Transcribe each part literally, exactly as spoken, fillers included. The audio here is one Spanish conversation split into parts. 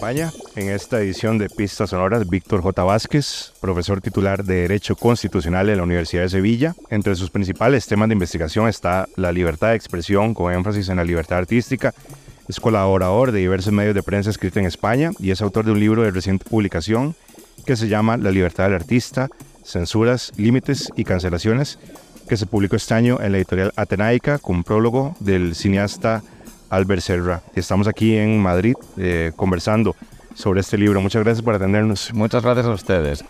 acompaña en esta edición de Pistas Sonoras Víctor J. Vázquez, profesor titular de Derecho Constitucional en la Universidad de Sevilla. Entre sus principales temas de investigación está la libertad de expresión con énfasis en la libertad artística. Es colaborador de diversos medios de prensa escrita en España y es autor de un libro de reciente publicación que se llama La libertad del artista, censuras, límites y cancelaciones, que se publicó este año en la editorial Atenaica con prólogo del cineasta Albert Serra. Estamos aquí en Madrid eh, conversando sobre este libro. Muchas gracias por atendernos. Muchas gracias a ustedes.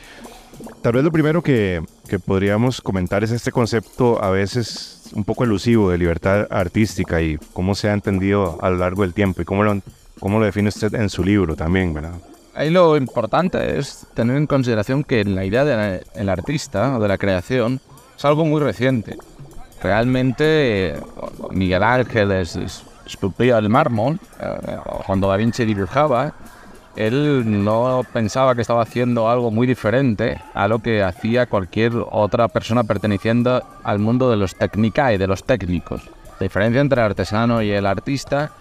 Tal vez lo primero que, que podríamos comentar es este concepto a veces un poco elusivo de libertad artística y cómo se ha entendido a lo largo del tiempo y cómo lo, cómo lo define usted en su libro también, ¿verdad? Ahí lo importante es tener en consideración que la idea del artista o de la creación es algo muy reciente. Realmente Miguel Ángel es, es, esculpía el mármol. Eh, cuando Da Vinci dibujaba, él no pensaba que estaba haciendo algo muy diferente a lo que hacía cualquier otra persona perteneciendo al mundo de los technicae, de los técnicos. La diferencia entre el artesano y el artista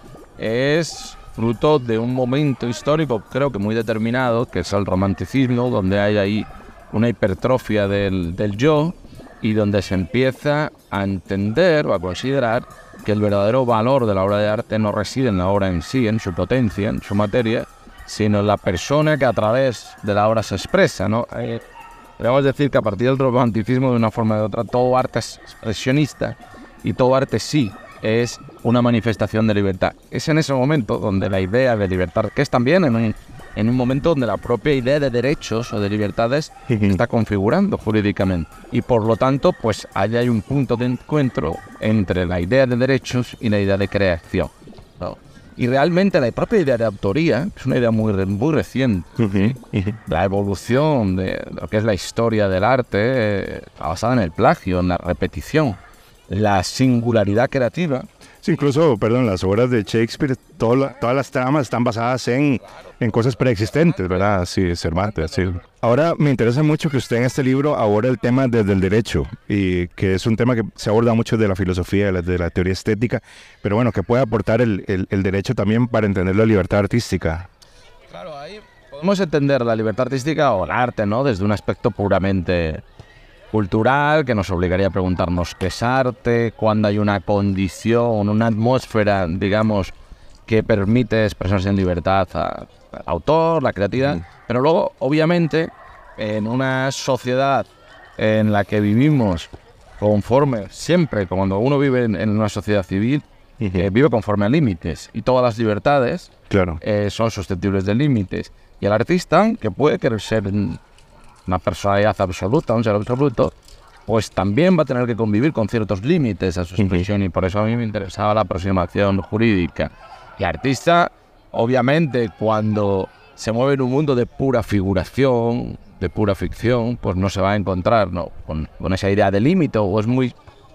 es fruto de un momento histórico, creo que muy determinado, que es el romanticismo, donde hay ahí una hipertrofia del, del yo, y donde se empieza a entender o a considerar que el verdadero valor de la obra de arte no reside en la obra en sí, en su potencia, en su materia, sino en la persona que a través de la obra se expresa, ¿no? Eh, podríamos decir que a partir del romanticismo, de una forma u otra, todo arte es expresionista y todo arte sí es una manifestación de libertad. Es en ese momento donde la idea de libertad, que es también en un, en un momento donde la propia idea de derechos o de libertades se está configurando jurídicamente. Y por lo tanto, pues ahí hay un punto de encuentro entre la idea de derechos y la idea de creación, ¿no? Y realmente la propia idea de autoría es una idea muy, muy reciente. La evolución de lo que es la historia del arte eh, basada en el plagio, en la repetición, la singularidad creativa. Sí, incluso, perdón, las obras de Shakespeare, todo la, todas las tramas están basadas en, en cosas preexistentes, ¿verdad? Sí, Cervantes, sí. Ahora, me interesa mucho que usted en este libro aborda el tema desde el derecho, y que es un tema que se aborda mucho de la filosofía, de la, de la teoría estética, pero bueno, que puede aportar el, el, el derecho también para entender la libertad artística. Claro, ahí podemos entender la libertad artística o el arte, ¿no?, desde un aspecto puramente cultural, que nos obligaría a preguntarnos qué es arte, cuándo hay una condición, una atmósfera, digamos, que permite expresarse en libertad al autor, la creatividad. Mm. Pero luego, obviamente, en una sociedad en la que vivimos conforme, siempre, cuando uno vive en, en una sociedad civil, uh-huh. eh, vive conforme a límites, y todas las libertades claro. eh, son susceptibles de límites. Y el artista, que puede querer ser una personalidad absoluta, un ser absoluto, pues también va a tener que convivir con ciertos límites a su expresión, uh-huh. y por eso a mí me interesaba la aproximación jurídica. Y artista, obviamente, cuando se mueve en un mundo de pura figuración, de pura ficción, pues no se va a encontrar, ¿no?, con, con esa idea de límite, o es muy,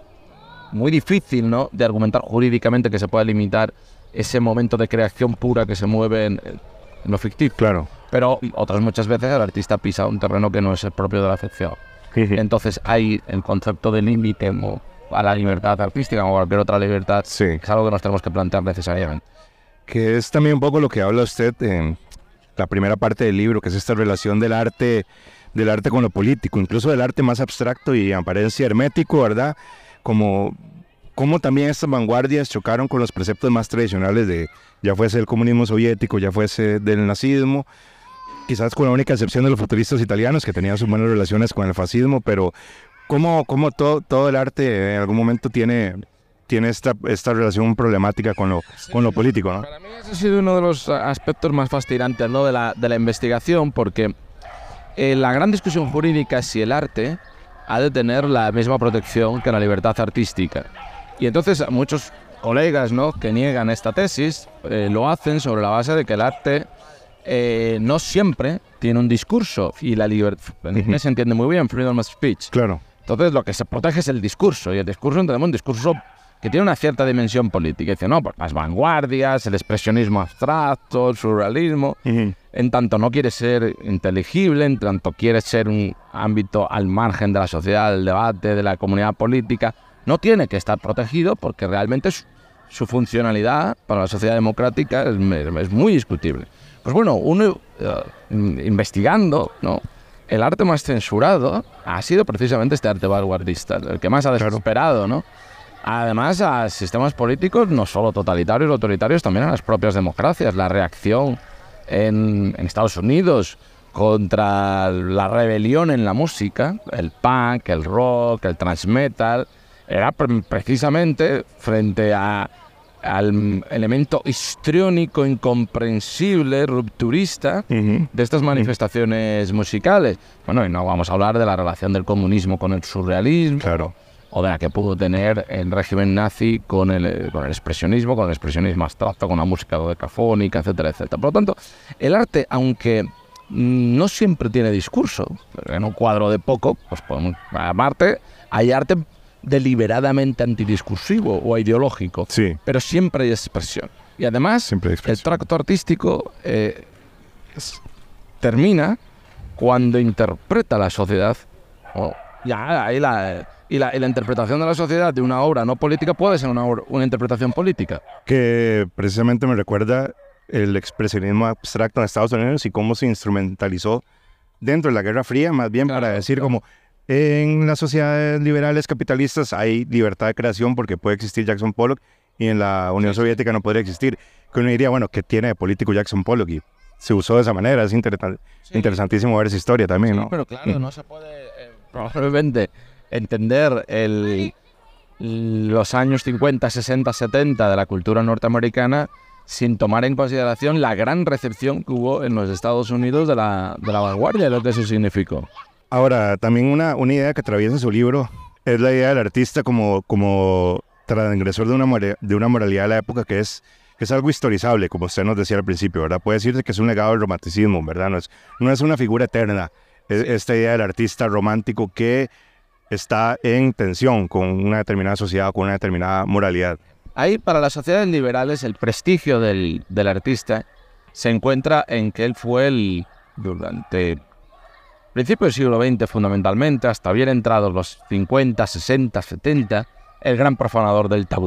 muy difícil, ¿no?, de argumentar jurídicamente que se pueda limitar ese momento de creación pura que se mueve en, en lo ficticio. Claro. Pero otras muchas veces el artista pisa un terreno que no es el propio de la ficción. Sí, sí. Entonces hay el concepto de límite a la libertad artística o cualquier otra libertad, sí. es algo que nos tenemos que plantear necesariamente. Que es también un poco lo que habla usted en la primera parte del libro, que es esta relación del arte, del arte con lo político, incluso del arte más abstracto y en apariencia hermético, ¿verdad? Como, como también estas vanguardias chocaron con los preceptos más tradicionales de, ya fuese el comunismo soviético, ya fuese del nazismo, quizás con la única excepción de los futuristas italianos que tenían sus buenas relaciones con el fascismo, pero cómo, cómo todo, todo el arte en algún momento tiene, tiene esta, esta relación problemática con lo, sí, con lo político, ¿no? Para mí ese ha sido uno de los aspectos más fascinantes, ¿no?, de la, de la investigación, porque eh, la gran discusión jurídica es si el arte ha de tener la misma protección que la libertad artística. Y entonces muchos colegas, ¿no?, que niegan esta tesis eh, lo hacen sobre la base de que el arte Eh, no siempre tiene un discurso, y la libertad, en inglés se entiende muy bien, freedom of speech. Claro. Entonces lo que se protege es el discurso, y el discurso entendemos un discurso que tiene una cierta dimensión política. Y dice, no, pues las vanguardias, el expresionismo abstracto, el surrealismo, uh-huh. en tanto no quiere ser inteligible, en tanto quiere ser un ámbito al margen de la sociedad, del debate, de la comunidad política, no tiene que estar protegido porque realmente su, su funcionalidad para la sociedad democrática es, es muy discutible. Pues bueno, uno uh, investigando, ¿no? El arte más censurado ha sido precisamente este arte vanguardista, el que más ha desesperado, ¿no? Además, a sistemas políticos, no solo totalitarios o autoritarios, también a las propias democracias. La reacción en, en Estados Unidos contra la rebelión en la música, el punk, el rock, el thrash metal, era pre- precisamente frente a, al elemento histriónico, incomprensible, rupturista Uh-huh. de estas manifestaciones musicales. Bueno, y no vamos a hablar de la relación del comunismo con el surrealismo, Claro. o de la que pudo tener el régimen nazi con el, con el expresionismo, con el expresionismo abstracto, con la música dodecafónica, etcétera, etcétera. Por lo tanto, el arte, aunque mm, no siempre tiene discurso, en un cuadro de poco, pues podemos amarte, hay arte deliberadamente antidiscursivo o ideológico, Sí. pero siempre hay expresión. Y además, Siempre hay el expresión. tracto artístico eh, es- termina cuando interpreta la sociedad. Oh, ya, ahí la, y, la, y la interpretación de la sociedad de una obra no política puede ser una, obra- una interpretación política. Que precisamente me recuerda el expresionismo abstracto en Estados Unidos y cómo se instrumentalizó dentro de la Guerra Fría, más bien Claro, para decir claro. como en las sociedades liberales capitalistas hay libertad de creación porque puede existir Jackson Pollock y en la Unión Sí, sí. Soviética no podría existir. Que uno diría, bueno, ¿qué tiene de político Jackson Pollock? Y se usó de esa manera, es interesa- Sí. interesantísimo ver esa historia también, Sí, ¿no? pero claro, no se puede eh, probablemente entender el, los años cincuenta, sesenta, setenta de la cultura norteamericana sin tomar en consideración la gran recepción que hubo en los Estados Unidos de la, de la vanguardia y lo que eso significó. Ahora, también una, una idea que atraviesa su libro es la idea del artista como, como transgresor de una, mora- de una moralidad de la época que es, que es algo historizable, como usted nos decía al principio, ¿verdad? Puede decirse que es un legado del romanticismo, ¿verdad? No es, no es una figura eterna, es esta idea del artista romántico que está en tensión con una determinada sociedad, con una determinada moralidad. Ahí, para las sociedades liberales, el prestigio del, del artista se encuentra en que él fue el, durante principios del siglo veinte fundamentalmente, hasta bien entrados los cincuenta, sesenta, setenta, el gran profanador del tabú.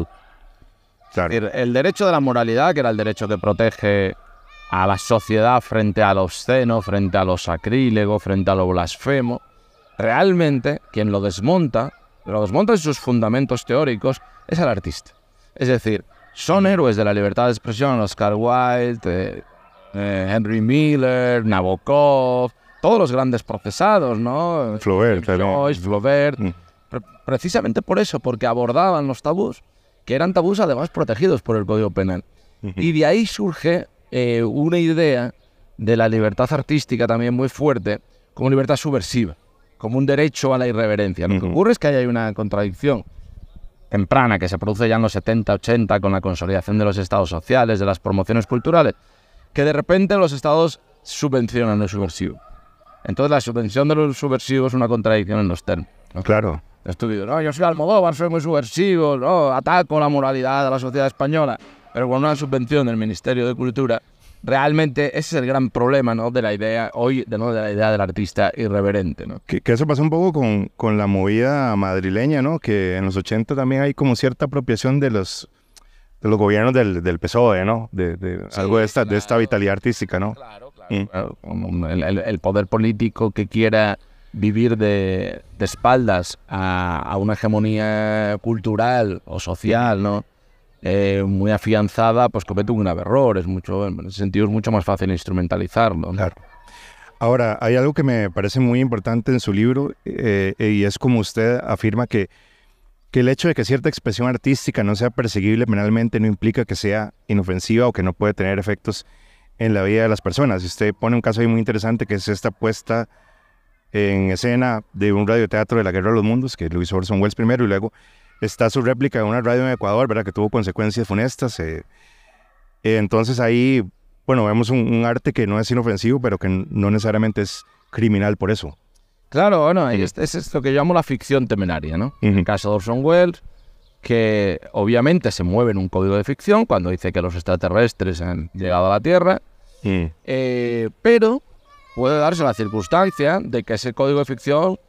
Claro. Es decir, el derecho de la moralidad, que era el derecho que protege a la sociedad frente a lo obsceno, frente a lo sacrílego, frente a lo blasfemo, realmente quien lo desmonta, lo desmonta en sus fundamentos teóricos, es el artista. Es decir, son héroes de la libertad de expresión, Oscar Wilde, eh, eh, Henry Miller, Nabokov, todos los grandes procesados, ¿no? Flaubert, también. Joyce, Flaubert. Mm. Pre- precisamente por eso, porque abordaban los tabús, que eran tabús además protegidos por el Código Penal. Ujú. Y de ahí surge eh, una idea de la libertad artística también muy fuerte, como libertad subversiva, como un derecho a la irreverencia. Lo que Ujú. ocurre es que ahí hay una contradicción temprana que se produce ya en los setenta, ochenta con la consolidación de los estados sociales, de las promociones culturales, que de repente los estados subvencionan lo subversivo. Entonces la subvención de lo subversivo es una contradicción en los términos. ¿no? Claro. Estudio, no, yo soy Almodóvar, soy muy subversivo, no, ataco la moralidad de la sociedad española, pero con una subvención del Ministerio de Cultura, realmente ese es el gran problema, ¿no? De la idea hoy, de, ¿no? de la idea del artista irreverente, ¿no? Que, que eso pasó un poco con, con la movida madrileña, ¿no? Que en los ochenta también hay como cierta apropiación de los, de los gobiernos del, del P S O E, ¿no? De, de Sí, algo de esta, de esta claro. vitalidad artística, ¿no? Claro, claro. Mm. Claro, como el, el- el poder político que quiera vivir de, de espaldas a, a una hegemonía cultural o social, ¿no? Eh, muy afianzada, pues comete un grave error. Es mucho, en ese sentido es mucho más fácil instrumentalizarlo, ¿no? Claro. Ahora, hay algo que me parece muy importante en su libro eh, y es como usted afirma que, que el hecho de que cierta expresión artística no sea perseguible penalmente no implica que sea inofensiva o que no puede tener efectos en la vida de las personas. Y usted pone un caso ahí muy interesante que es esta puesta en escena de un radioteatro de la Guerra de los Mundos, que lo hizo Orson Welles primero, y luego está su réplica de una radio en Ecuador, ¿verdad? Que tuvo consecuencias funestas. Eh, eh, entonces ahí, bueno, vemos un, un arte que no es inofensivo, pero que no necesariamente es criminal por eso. Claro, bueno, es, es, es lo que yo llamo la ficción temeraria, ¿no? En el caso de Orson Welles, que obviamente se mueve en un código de ficción cuando dice que los extraterrestres han llegado a la Tierra, Mm. eh, pero puede darse la circunstancia de que ese código de ficción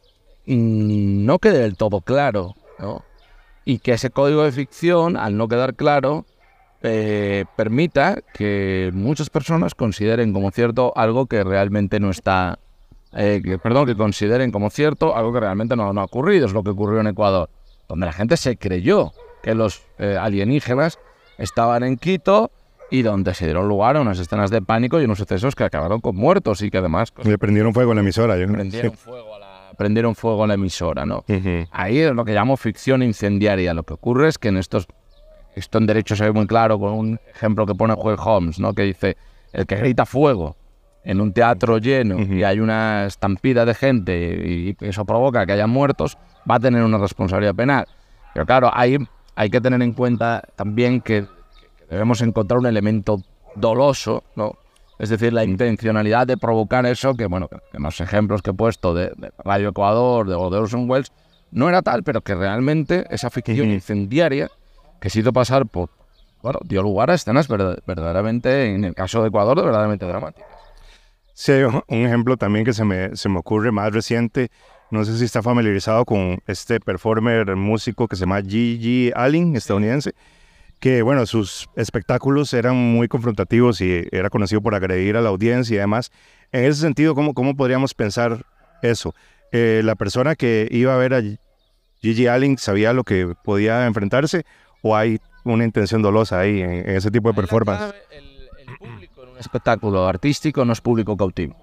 mm, no quede del todo claro, ¿no? Y que ese código de ficción, al no quedar claro, eh, permita que muchas personas consideren como cierto algo que realmente no está, eh, que, perdón, que consideren como cierto algo que realmente no, no ha ocurrido. Es lo que ocurrió en Ecuador, donde la gente se creyó que los eh, alienígenas estaban en Quito y donde se dieron lugar a unas escenas de pánico y unos sucesos que acabaron con muertos y que además... Le prendieron fuego a la emisora. Yo prendieron, sí. fuego a la, prendieron fuego a la emisora, ¿no? Uh-huh. Ahí es lo que llamo ficción incendiaria. Lo que ocurre es que en estos... Esto en derecho se ve muy claro con un ejemplo que pone Joel Holmes, ¿no? Que dice, el que grita fuego en un teatro lleno uh-huh. y hay una estampida de gente y eso provoca que haya muertos, va a tener una responsabilidad penal. Pero claro, ahí hay que tener en cuenta también que debemos encontrar un elemento doloso, ¿no? Es decir, la intencionalidad de provocar eso, que bueno, que en los ejemplos que he puesto de, de Radio Ecuador de, o de Orson Welles, no era tal, pero que realmente esa ficción incendiaria que se hizo pasar por, bueno, dio lugar a escenas verdad, verdaderamente, en el caso de Ecuador, verdaderamente dramáticas. Sí, un ejemplo también que se me, se me ocurre más reciente, no sé si está familiarizado con este performer músico que se llama Gigi Allen, estadounidense, que bueno, sus espectáculos eran muy confrontativos y era conocido por agredir a la audiencia y demás. En ese sentido, ¿cómo, cómo podríamos pensar eso? Eh, ¿La persona que iba a ver a Gigi Allen sabía lo que podía enfrentarse o hay una intención dolosa ahí en, en ese tipo de performance? El, el público en un espectáculo artístico no es público cautivo.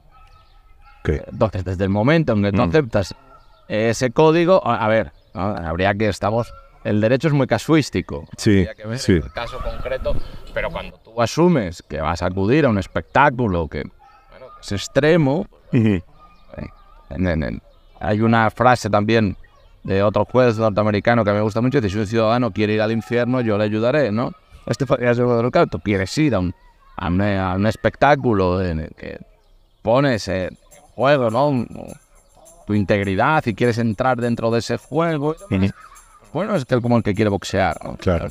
Okay. Entonces, desde el momento en que tú mm. aceptas ese código, a, a ver, ¿no? Habría que estamos... El derecho es muy casuístico. Sí, que ver sí. el caso concreto, pero cuando tú asumes que vas a acudir a un espectáculo que, bueno, es extremo, uh-huh. eh, en, en, en, hay una frase también de otro juez norteamericano que me gusta mucho, dice, si un ciudadano quiere ir al infierno, yo le ayudaré, ¿no? Este podría ser el caso. Tú quieres ir a un, a un, a un espectáculo en el que pones en juego, ¿no? Tu integridad y quieres entrar dentro de ese juego. Uh-huh. Bueno, es que como el que quiere boxear, ¿no? Claro.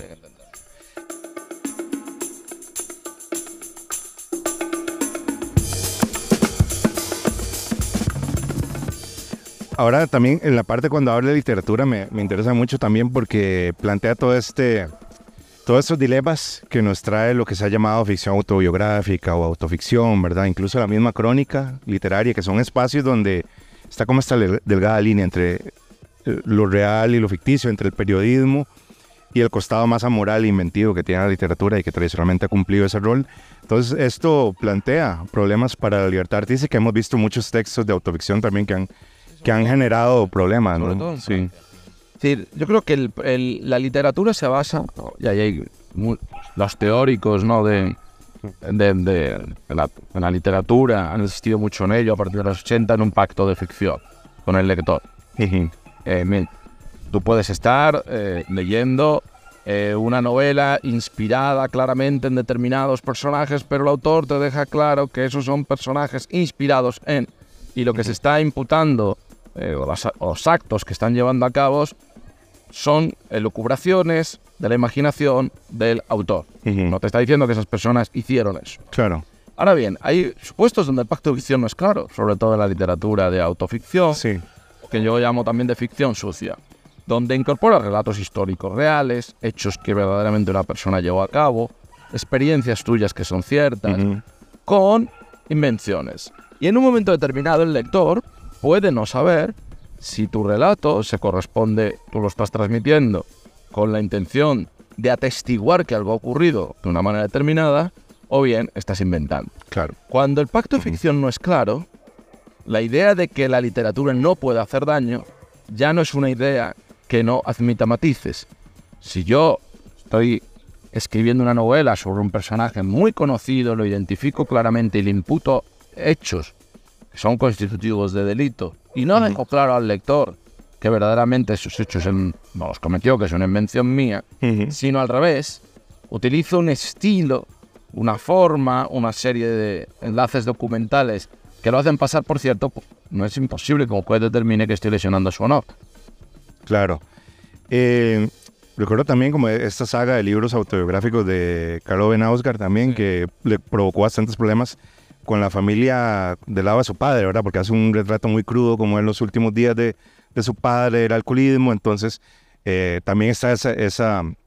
Ahora también en la parte cuando habla de literatura me, me interesa mucho también porque plantea todo este, todos estos dilemas que nos trae lo que se ha llamado ficción autobiográfica o autoficción, ¿verdad? Incluso la misma crónica literaria, que son espacios donde está como esta delgada línea entre lo real y lo ficticio, entre el periodismo y el costado más amoral e inventivo que tiene la literatura y que tradicionalmente ha cumplido ese rol. Entonces esto plantea problemas para la libertad artística. Hemos visto muchos textos de autoficción también que han, que han generado problemas, ¿no? Sobre todo, sí. Es decir, yo creo que el, el, la literatura se basa, y ahí hay muy, los teóricos, ¿no? de, de, de, de, la, de la literatura han insistido mucho en ello a partir de los ochenta, en un pacto de ficción con el lector. Uh-huh. Eh, tú puedes estar eh, leyendo eh, una novela inspirada claramente en determinados personajes, pero el autor te deja claro que esos son personajes inspirados en, y lo que uh-huh. se está imputando, eh, o, los, o los actos que están llevando a cabo, son elucubraciones de la imaginación del autor. Uh-huh. No te está diciendo que esas personas hicieron eso. Claro. Ahora bien, hay supuestos donde el pacto de ficción no es claro, sobre todo en la literatura de autoficción. Sí. Que yo llamo también de ficción sucia, donde incorpora relatos históricos reales, hechos que verdaderamente una persona llevó a cabo, experiencias tuyas que son ciertas, uh-huh. con invenciones. Y en un momento determinado el lector puede no saber si tu relato se corresponde, tú lo estás transmitiendo con la intención de atestiguar que algo ha ocurrido de una manera determinada, o bien estás inventando. Claro. Cuando el pacto de ficción uh-huh. no es claro, la idea de que la literatura no puede hacer daño ya no es una idea que no admita matices. Si yo estoy escribiendo una novela sobre un personaje muy conocido, lo identifico claramente y le imputo hechos que son constitutivos de delito y no dejo claro al lector que verdaderamente esos hechos en, no los cometió, que es una invención mía, uh-huh. sino al revés, utilizo un estilo, una forma, una serie de enlaces documentales que lo hacen pasar por cierto, no es imposible como puede determine que estoy lesionando su honor. Claro. Eh, recuerdo también como esta saga de libros autobiográficos de Carl Ove Knausgaard también, sí. que le provocó bastantes problemas con la familia del lado de su padre, ¿verdad? Porque hace un retrato muy crudo como en los últimos días de, de su padre, el alcoholismo. Entonces, eh, también está esa, esa,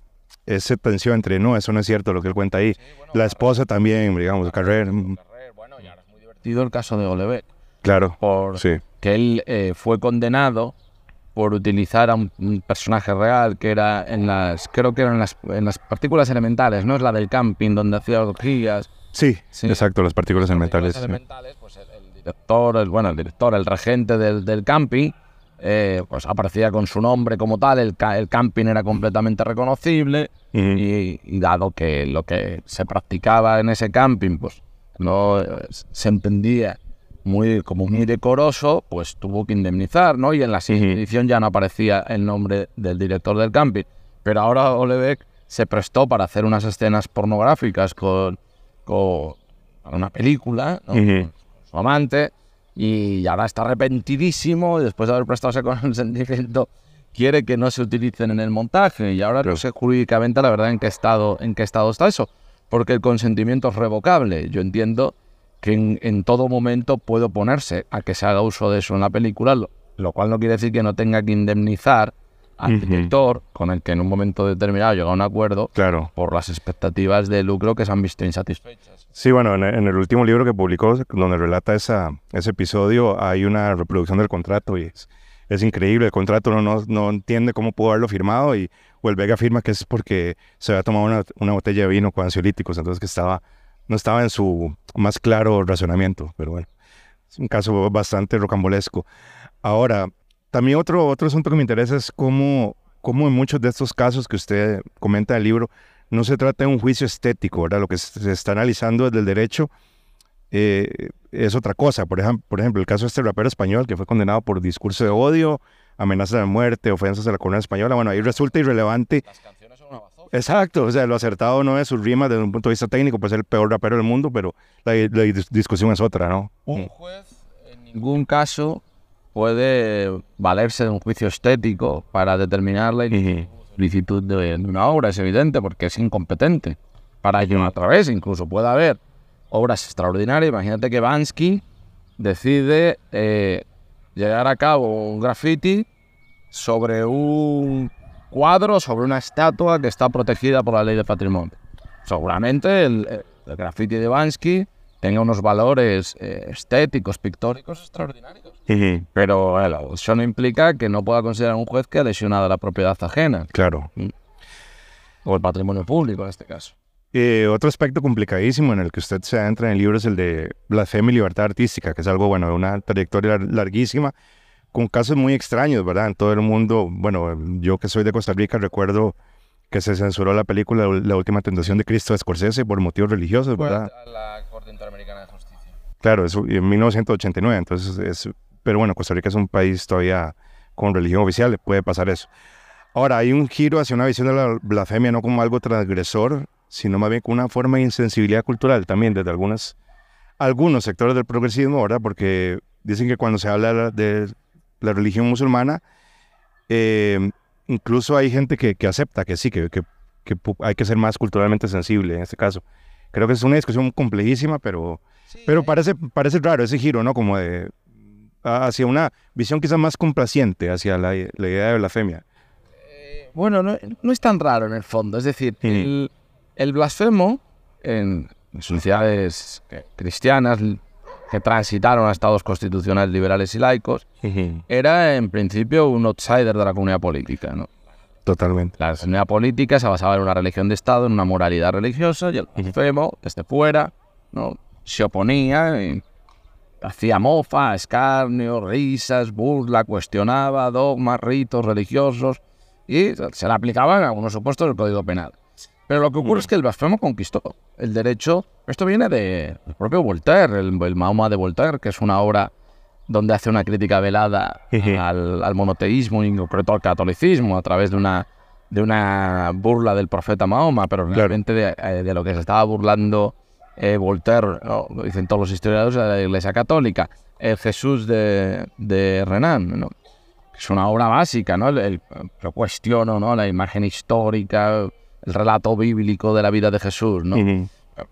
esa tensión entre, no, eso no es cierto lo que él cuenta ahí. Sí, bueno, la esposa también, digamos, Carrer. Bueno, y ahora es muy divertido el caso de Houellebecq. Claro, por sí. Que él eh, fue condenado por utilizar a un, un personaje real que era en las, creo que eran las, en las partículas elementales, ¿no? Es la del camping donde hacía orgías. Sí, sí, exacto, las partículas elementales. Las elementales, sí. Pues el, el director, el, bueno, el director, el regente del, del camping, eh, pues aparecía con su nombre como tal, el, el camping era completamente reconocible, uh-huh. y, y dado que lo que se practicaba en ese camping, pues no eh, se entendía muy como muy decoroso, pues tuvo que indemnizar, ¿no? Y en la siguiente uh-huh. edición ya no aparecía el nombre del director del camping. Pero ahora Houellebecq se prestó para hacer unas escenas pornográficas con, con una película, ¿no? Uh-huh. Con su amante, y ahora está arrepentidísimo, y después de haber prestado ese consentimiento quiere que no se utilicen en el montaje, y ahora no sé jurídicamente la verdad en qué estado, en qué estado está eso, porque el consentimiento es revocable. Yo entiendo que en, en todo momento puede oponerse a que se haga uso de eso en la película, lo, lo cual no quiere decir que no tenga que indemnizar al uh-huh. director, con el que en un momento determinado llega a un acuerdo, claro, por las expectativas de lucro que se han visto insatisfechas. Sí, bueno, en, en el último libro que publicó, donde relata esa, ese episodio, hay una reproducción del contrato y es, es increíble. El contrato no, no, no entiende cómo pudo haberlo firmado, y Houellebecq afirma que es porque se había tomado una, una botella de vino con ansiolíticos, entonces que estaba... no estaba en su más claro razonamiento, pero bueno, es un caso bastante rocambolesco. Ahora, también otro, otro asunto que me interesa es cómo, cómo en muchos de estos casos que usted comenta en el libro, no se trata de un juicio estético, ¿verdad? Lo que se está analizando desde el derecho eh, es otra cosa. Por ejemplo, por ejemplo, el caso de este rapero español que fue condenado por discurso de odio, amenazas de muerte, ofensas a la corona española. Bueno, ahí resulta irrelevante. Las canciones son una bazofia. Exacto, o sea, lo acertado no es sus rimas desde un punto de vista técnico, pues es el peor rapero del mundo, pero la, la discusión es otra, ¿no? Un juez en ningún caso puede valerse de un juicio estético para determinar la ilicitud de una obra, es evidente, porque es incompetente para ello a través. Incluso puede haber obras extraordinarias. Imagínate que Bansky decide eh, llevar a cabo un graffiti sobre un cuadro, sobre una estatua que está protegida por la ley de patrimonio. Seguramente el, el graffiti de Bansky tenga unos valores eh, estéticos, pictóricos extraordinarios. Uh-huh. Pero bueno, eso no implica que no pueda considerar un juez que ha lesionado la propiedad ajena. Claro. O el patrimonio público en este caso. Eh, otro aspecto complicadísimo en el que usted se adentra en el libro es el de blasfemia y libertad artística, que es algo, bueno, de una trayectoria larguísima, con casos muy extraños, ¿verdad? En todo el mundo. Bueno, yo que soy de Costa Rica recuerdo que se censuró la película La Última Tentación de Cristo de Scorsese por motivos religiosos, ¿verdad? Fue a la Corte Interamericana de Justicia. Claro, eso en mil novecientos ochenta y nueve, entonces es... Pero bueno, Costa Rica es un país todavía con religión oficial, puede pasar eso. Ahora, hay un giro hacia una visión de la blasfemia no como algo transgresor, sino más bien como una forma de insensibilidad cultural también desde algunas, algunos sectores del progresismo, ¿verdad? Porque dicen que cuando se habla de la religión musulmana, eh, incluso hay gente que, que acepta que sí, que, que, que hay que ser más culturalmente sensible en este caso. Creo que es una discusión complejísima, pero, sí, pero parece, parece raro ese giro, ¿no? Como de... hacia una visión quizás más complaciente hacia la, la idea de blasfemia. Eh, bueno, no, no es tan raro en el fondo. Es decir, sí. el, el blasfemo en sociedades cristianas que transitaron a estados constitucionales liberales y laicos, uh-huh. era en principio un outsider de la comunidad política, ¿no? Totalmente. La comunidad política se basaba en una religión de Estado, en una moralidad religiosa, y el blasfemo, uh-huh. desde fuera, ¿no? Se oponía y hacía mofa, escarnio, risas, burla, cuestionaba dogmas, ritos religiosos y se le aplicaban a algunos supuestos del Código Penal. Pero lo que ocurre uh-huh. es que el blasfemo conquistó el derecho. Esto viene del de propio Voltaire, el, el Mahoma de Voltaire, que es una obra donde hace una crítica velada uh-huh. al, al monoteísmo y en concreto al catolicismo a través de una, de una burla del profeta Mahoma, pero realmente claro. de, de lo que se estaba burlando Eh, Voltaire, ¿no? Lo dicen todos los historiadores de la Iglesia Católica, el Jesús de, de Renan, ¿no? Es una obra básica, ¿no? El, el, yo cuestiono, ¿no? La imagen histórica, el relato bíblico de la vida de Jesús, ¿no? Uh-huh.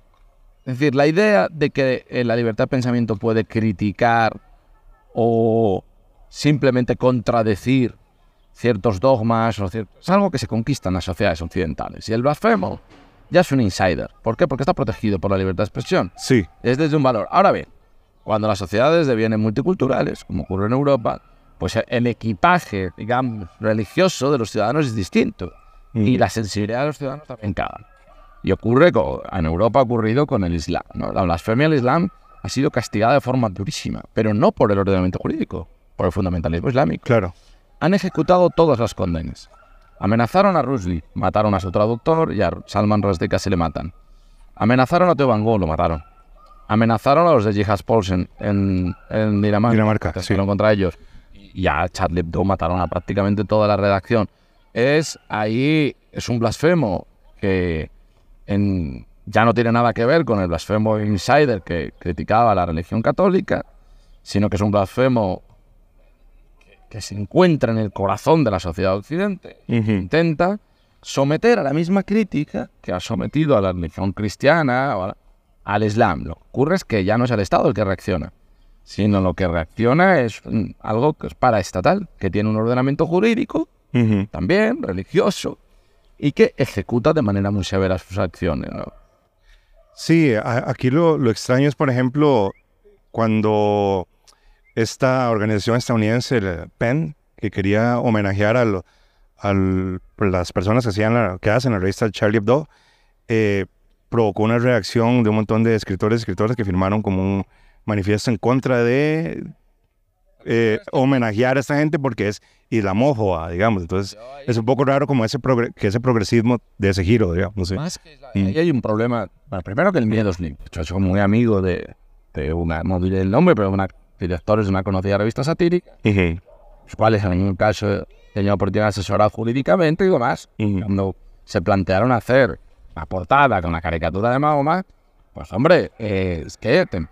Es decir, la idea de que eh, la libertad de pensamiento puede criticar o simplemente contradecir ciertos dogmas, o cier... es algo que se conquista en las sociedades occidentales. Y el blasfemo ya es un insider. ¿Por qué? Porque está protegido por la libertad de expresión. Sí. Es desde un valor. Ahora bien, cuando las sociedades devienen multiculturales, como ocurre en Europa, pues el equipaje, digamos, religioso de los ciudadanos es distinto. Mm. Y la sensibilidad de los ciudadanos también cambia. Y ocurre, con, en Europa ha ocurrido con el Islam, ¿no? La blasfemia al Islam ha sido castigada de forma durísima, pero no por el ordenamiento jurídico, por el fundamentalismo islámico. Claro. Han ejecutado todas las condenas. Amenazaron a Rushdie, mataron a su traductor y a Salman Rushdie casi le matan. Amenazaron a Theo Van Gogh, lo mataron. Amenazaron a los de Jihad Paulsen en, en Dinamarca, Dinamarca sí. contra ellos. Y a Charlie Hebdo mataron a prácticamente toda la redacción. Es ahí, es un blasfemo que en, ya no tiene nada que ver con el blasfemo insider que criticaba la religión católica, sino que es un blasfemo que, que se encuentra en el corazón de la sociedad occidente. Uh-huh. Intenta someter a la misma crítica que ha sometido a la religión cristiana o a, al Islam. Lo que ocurre es que ya no es el Estado el que reacciona, sino lo que reacciona es algo que es paraestatal, que tiene un ordenamiento jurídico, uh-huh. también religioso, y que ejecuta de manera muy severa sus acciones, ¿no? Sí, a, aquí lo, lo extraño es, por ejemplo, cuando esta organización estadounidense, el PEN, que quería homenajear a, lo, a las personas que, hacían la, que hacen la revista Charlie Hebdo, eh, provocó una reacción de un montón de escritores y escritoras que firmaron como un manifiesto en contra de eh, homenajear a esta gente porque es islamófoba, digamos. Entonces es un poco raro como ese que ese progresismo de ese giro, digamos. No sé. Más que la, mm. Ahí hay un problema. Bueno, primero que el miedo es limpio. Yo soy muy amigo de, de una, no diré el nombre, pero una directores de una conocida revista satírica, uh-huh. los cuales en ningún caso he tenido oportunidad de asesorar jurídicamente y demás. Uh-huh. Cuando se plantearon hacer una portada con la caricatura de Mahoma, pues hombre, eh, es que te,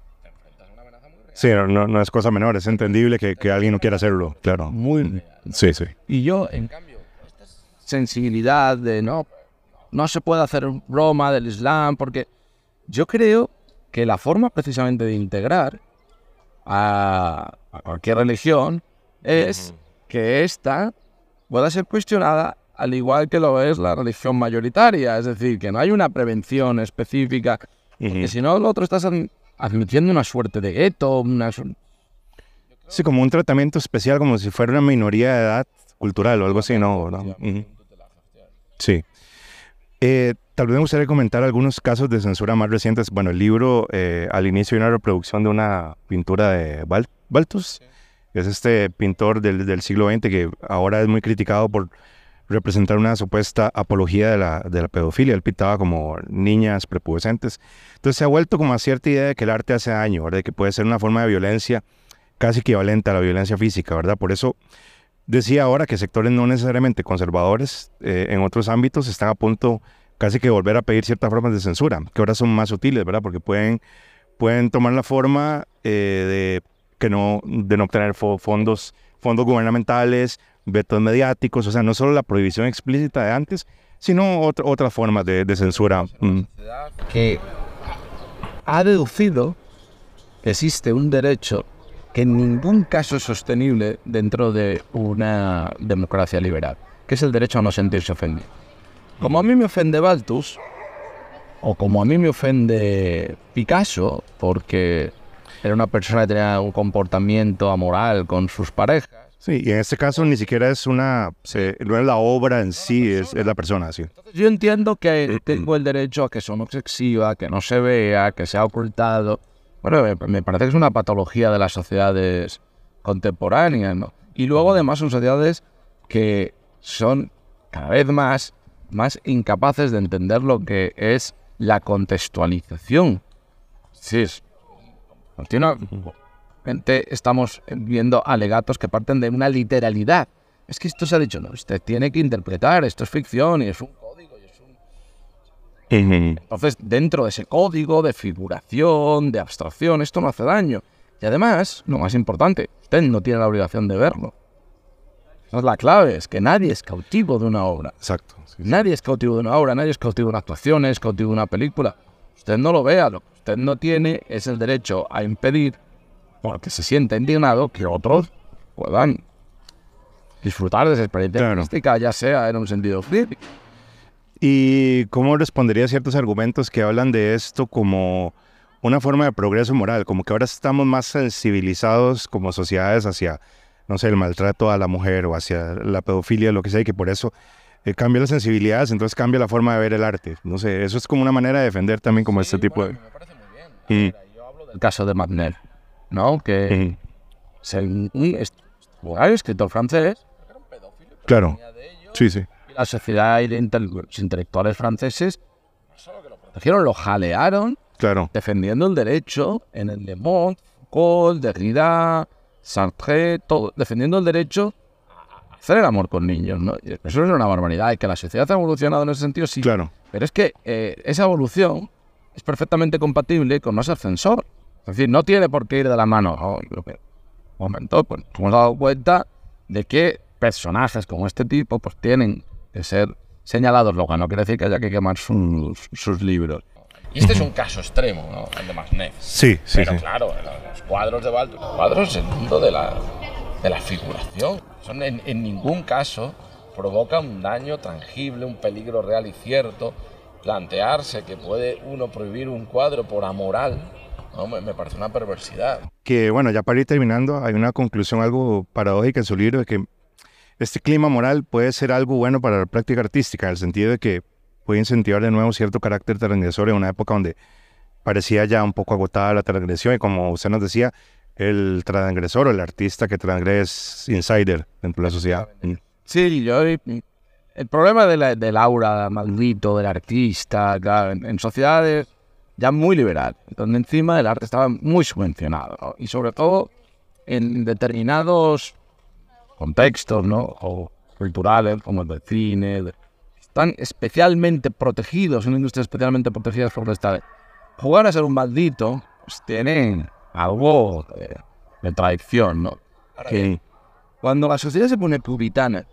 Sí, no, no es cosa menor, es entendible que, que alguien no quiera hacerlo, claro. Muy real, ¿no? Sí, sí. Y yo, en cambio, esta sensibilidad de no, no se puede hacer broma del Islam, porque yo creo que la forma precisamente de integrar a, a cualquier religión es uh-huh. que ésta pueda ser cuestionada al igual que lo es la religión mayoritaria, es decir, que no hay una prevención específica, uh-huh. porque si no, lo otro estás admitiendo una suerte de gueto, una... Sí, como un tratamiento especial, como si fuera una minoría de edad cultural o algo así, ¿no? ¿no? Uh-huh. Sí. Eh, tal vez me gustaría comentar algunos casos de censura más recientes. Bueno, el libro, eh, al inicio, hay una reproducción de una pintura de Bal- Balthus, sí. Es este pintor del, del siglo veinte que ahora es muy criticado por representar una supuesta apología de la, de la pedofilia. Él pintaba como niñas prepubescentes. Entonces se ha vuelto como a cierta idea de que el arte hace daño, ¿verdad? Que puede ser una forma de violencia casi equivalente a la violencia física, ¿verdad? Por eso decía ahora que sectores no necesariamente conservadores eh, en otros ámbitos están a punto casi que volver a pedir ciertas formas de censura, que ahora son más sutiles, ¿verdad? Porque pueden, pueden tomar la forma eh, de, que no, de no obtener fo- fondos, fondos gubernamentales, vetos mediáticos, o sea, no solo la prohibición explícita de antes, sino otra, otras formas de, de censura. Mm. Que ha deducido que existe un derecho que en ningún caso es sostenible dentro de una democracia liberal, que es el derecho a no sentirse ofendido. Como a mí me ofende Balthus, o como a mí me ofende Picasso, porque era una persona que tenía un comportamiento amoral con sus parejas. Sí, y en este caso ni siquiera es una, se, no es la obra en sí, es, es la persona, sí. Entonces, yo entiendo que tengo el derecho a que eso no se exhiba, que no se vea, que sea ocultado. Bueno, me parece que es una patología de las sociedades contemporáneas, ¿no? Y luego además son sociedades que son cada vez más, más incapaces de entender lo que es la contextualización. Sí, es, continuamente estamos viendo alegatos que parten de una literalidad. Es que esto se ha dicho, no, usted tiene que interpretar, esto es ficción y es un código y es un... Entonces, dentro de ese código de figuración, de abstracción, esto no hace daño. Y además, lo más importante, usted no tiene la obligación de verlo. Esa es la clave, es que nadie es cautivo de una obra. Exacto. Sí, sí. Nadie es cautivo de una obra, nadie es cautivo de una actuación, es cautivo de una película. Usted no lo vea, lo que usted no tiene es el derecho a impedir, porque se siente indignado, que otros puedan disfrutar de esa experiencia Claro. artística, ya sea en un sentido crítico. ¿Y cómo respondería a ciertos argumentos que hablan de esto como una forma de progreso moral? Como que ahora estamos más sensibilizados como sociedades hacia, no sé, el maltrato a la mujer o hacia la pedofilia, lo que sea, y que por eso eh, cambia las sensibilidades, entonces cambia la forma de ver el arte. No sé, eso es como una manera de defender también como Sí, este tipo bueno, de... me parece muy bien. Mm. Mira, yo hablo del caso de Magnet, ¿no? Que Mm. es un, un est- un escritor francés. Era un pedófilo, pero Claro, venía de ello. sí, sí, Y la sociedad y inte- los intelectuales franceses no solo que lo protegieron, lo jalearon, claro, defendiendo el derecho en el Le Monde, Foucault, Derrida, Sartre, todo, defendiendo el derecho a hacer el amor con niños, ¿no? Y eso es una barbaridad, y que la sociedad ha evolucionado en ese sentido, sí. claro. Pero es que eh, esa evolución es perfectamente compatible con no ser censor. Es decir, no tiene por qué ir de la mano. Oh, yo creo que, un momento, pues nos hemos dado cuenta de que personajes como este tipo pues tienen que ser señalados, lo que no quiere decir que haya que quemar sus, sus libros. Y este es un caso extremo, ¿no? El de Masnev. Sí, sí, Pero sí. claro, los cuadros de Baldur, los cuadros es el mundo de la, de la figuración. Son en, en ningún caso provoca un daño tangible, un peligro real y cierto. Plantearse que puede uno prohibir un cuadro por amoral, ¿no? me, me parece una perversidad. Que bueno, ya para ir terminando, hay una conclusión algo paradójica en su libro de que este clima moral puede ser algo bueno para la práctica artística, en el sentido de que puede incentivar de nuevo cierto carácter transgresor en una época donde parecía ya un poco agotada la transgresión, y como usted nos decía, el transgresor o el artista que transgrede es insider dentro de la sociedad. Mm. Sí, yo... El problema de la, del aura maldito del artista, claro, en, en sociedades ya muy liberales, donde encima el arte estaba muy subvencionado, ¿no? Y sobre todo en determinados contextos, ¿no? O culturales, como el del cine, de- están especialmente protegidos, una industria especialmente protegida por el Estado. Jugar a ser un maldito, pues tienen algo de, de tradición, ¿no? Que cuando la sociedad se pone puritana,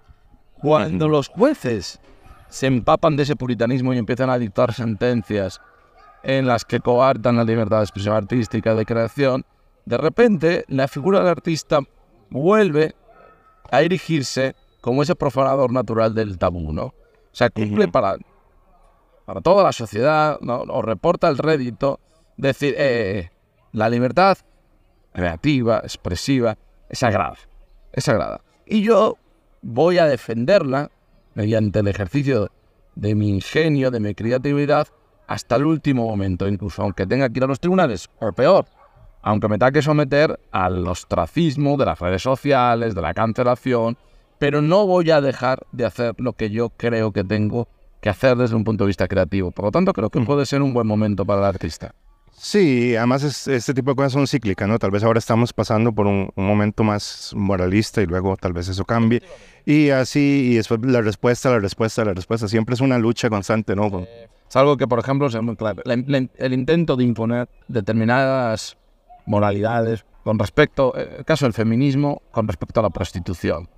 cuando los jueces se empapan de ese puritanismo y empiezan a dictar sentencias en las que coartan la libertad de expresión artística, de creación, de repente la figura del artista vuelve a erigirse como ese profanador natural del tabú, ¿no? O sea, cumple para, para toda la sociedad, ¿no? O reporta el rédito, decir, eh, eh, la libertad creativa, expresiva, es sagrada, es sagrada. Y yo voy a defenderla mediante el ejercicio de mi ingenio, de mi creatividad, hasta el último momento, incluso aunque tenga que ir a los tribunales, o peor, aunque me tenga que someter al ostracismo de las redes sociales, de la cancelación, pero no voy a dejar de hacer lo que yo creo que tengo que hacer desde un punto de vista creativo. Por lo tanto, creo que puede ser un buen momento para el artista. Sí, además es- este tipo de cosas son cíclicas, ¿no? Tal vez ahora estamos pasando por un, un momento más moralista y luego tal vez eso cambie. Y así, y después la respuesta, la respuesta, la respuesta. Siempre es una lucha constante, ¿no? Con- Es algo que, por ejemplo, es muy claro. La- la- el intento de imponer determinadas moralidades con respecto, eh, el caso del feminismo, con respecto a la prostitución.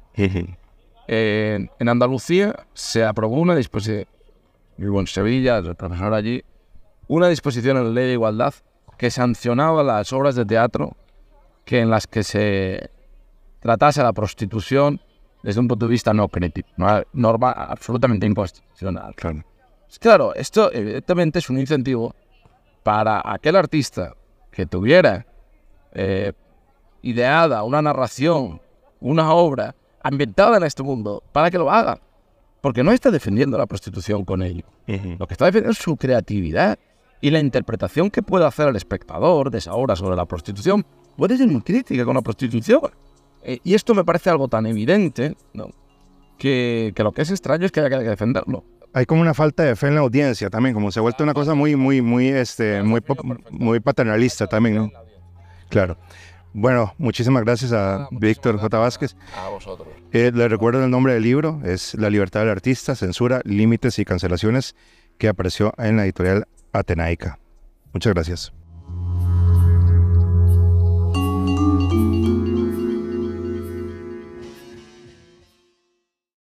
Eh, en Andalucía se aprobó una disposición, vivo en Sevilla, el profesor allí, una disposición en la ley de igualdad que sancionaba las obras de teatro que en las que se tratase la prostitución desde un punto de vista no crítico, una norma absolutamente inconstitucional. Claro. Claro, esto evidentemente es un incentivo para aquel artista que tuviera eh, ideada una narración, una obra ambientada en este mundo, para que lo haga. Porque no está defendiendo la prostitución con ello. Lo que está defendiendo es su creatividad y la interpretación que puede hacer el espectador de esa obra sobre la prostitución. Puede ser muy crítica con la prostitución. Eh, y esto me parece algo tan evidente, ¿no? que, que lo que es extraño es que haya que defenderlo. Hay como una falta de fe en la audiencia también, como se ha vuelto una cosa muy, muy, muy, este, muy, po- muy paternalista también, ¿no? Claro. Bueno, muchísimas gracias a Víctor J. Vázquez. A vosotros. Eh, le recuerdo el nombre del libro, es La libertad del artista, censura, límites y cancelaciones, que apareció en la editorial Atenaica. Muchas gracias.